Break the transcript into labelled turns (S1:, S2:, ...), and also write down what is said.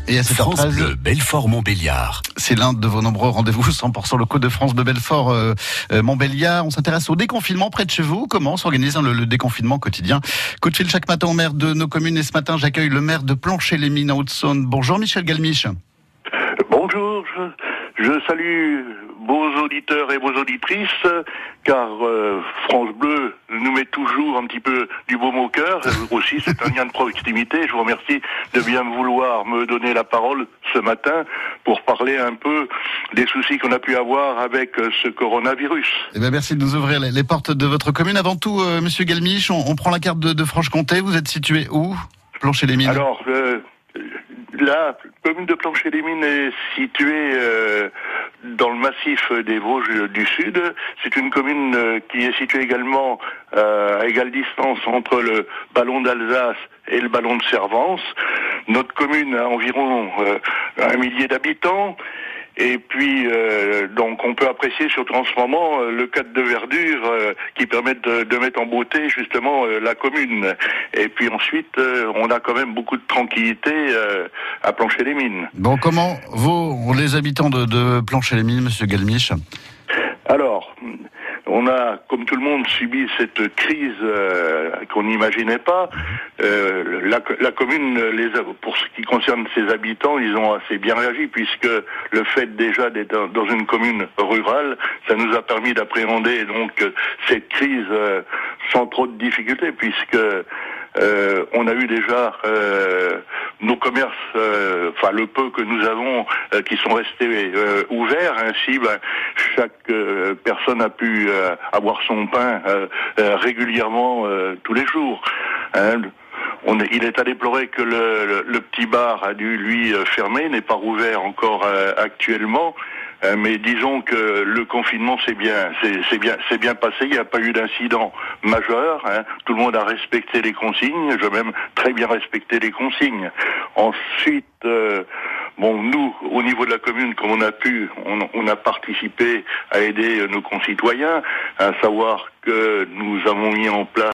S1: Et à
S2: France
S1: 7h13,
S2: Bleu, Belfort-Montbéliard.
S1: c'est l'un de vos nombreux rendez-vous 100% locaux de France de Belfort Montbéliard. On s'intéresse au déconfinement près de chez vous. Comment s'organise le déconfinement quotidien? Coup de fil chaque matin au maire de nos communes. Et ce matin, j'accueille le maire de Plancher-les-Mines en Haute-Saône. Bonjour Michel Galmiche.
S3: Bonjour, je salue vos auditeurs et vos auditrices, car France Bleu nous met toujours un petit peu du baume au cœur. Aussi, c'est un lien de proximité. Je vous remercie de bien vouloir me donner la parole ce matin pour parler un peu des soucis qu'on a pu avoir avec ce coronavirus.
S1: Eh bien, merci de nous ouvrir les portes de votre commune. Avant tout, monsieur Galmiche, on prend la carte de Franche-Comté. Vous êtes situé où? Plancher-les-Mines.
S3: Alors, la commune de Plancher-les-Mines est située dans le massif des Vosges du Sud. C'est une commune qui est située également à égale distance entre le ballon d'Alsace et le ballon de Servance. Notre commune a environ 1 millier d'habitants. Et puis, donc, on peut apprécier surtout en ce moment le cadre de verdure qui permet de mettre en beauté justement la commune. Et puis ensuite, on a quand même beaucoup de tranquillité à Plancher-les-Mines.
S1: Bon, comment vont les habitants de Plancher-les-Mines, monsieur Galmiche?
S3: Alors, on a, comme tout le monde, subi cette crise qu'on n'imaginait pas. La commune, pour ce qui concerne ses habitants, ils ont assez bien réagi, puisque le fait déjà d'être dans une commune rurale, ça nous a permis d'appréhender donc cette crise sans trop de difficultés, puisque on a eu déjà nos commerces, enfin le peu que nous avons, qui sont restés ouverts. Ainsi, chaque personne a pu avoir son pain régulièrement tous les jours. Il est à déplorer que le petit bar a dû lui fermer, n'est pas rouvert encore actuellement. Mais disons que le confinement c'est bien passé. Il n'y a pas eu d'incident majeur. Tout le monde a respecté les consignes. J'ai même très bien respecté les consignes. Ensuite, nous, au niveau de la commune, comme on a pu, on a participé à aider nos concitoyens, à savoir que nous avons mis en place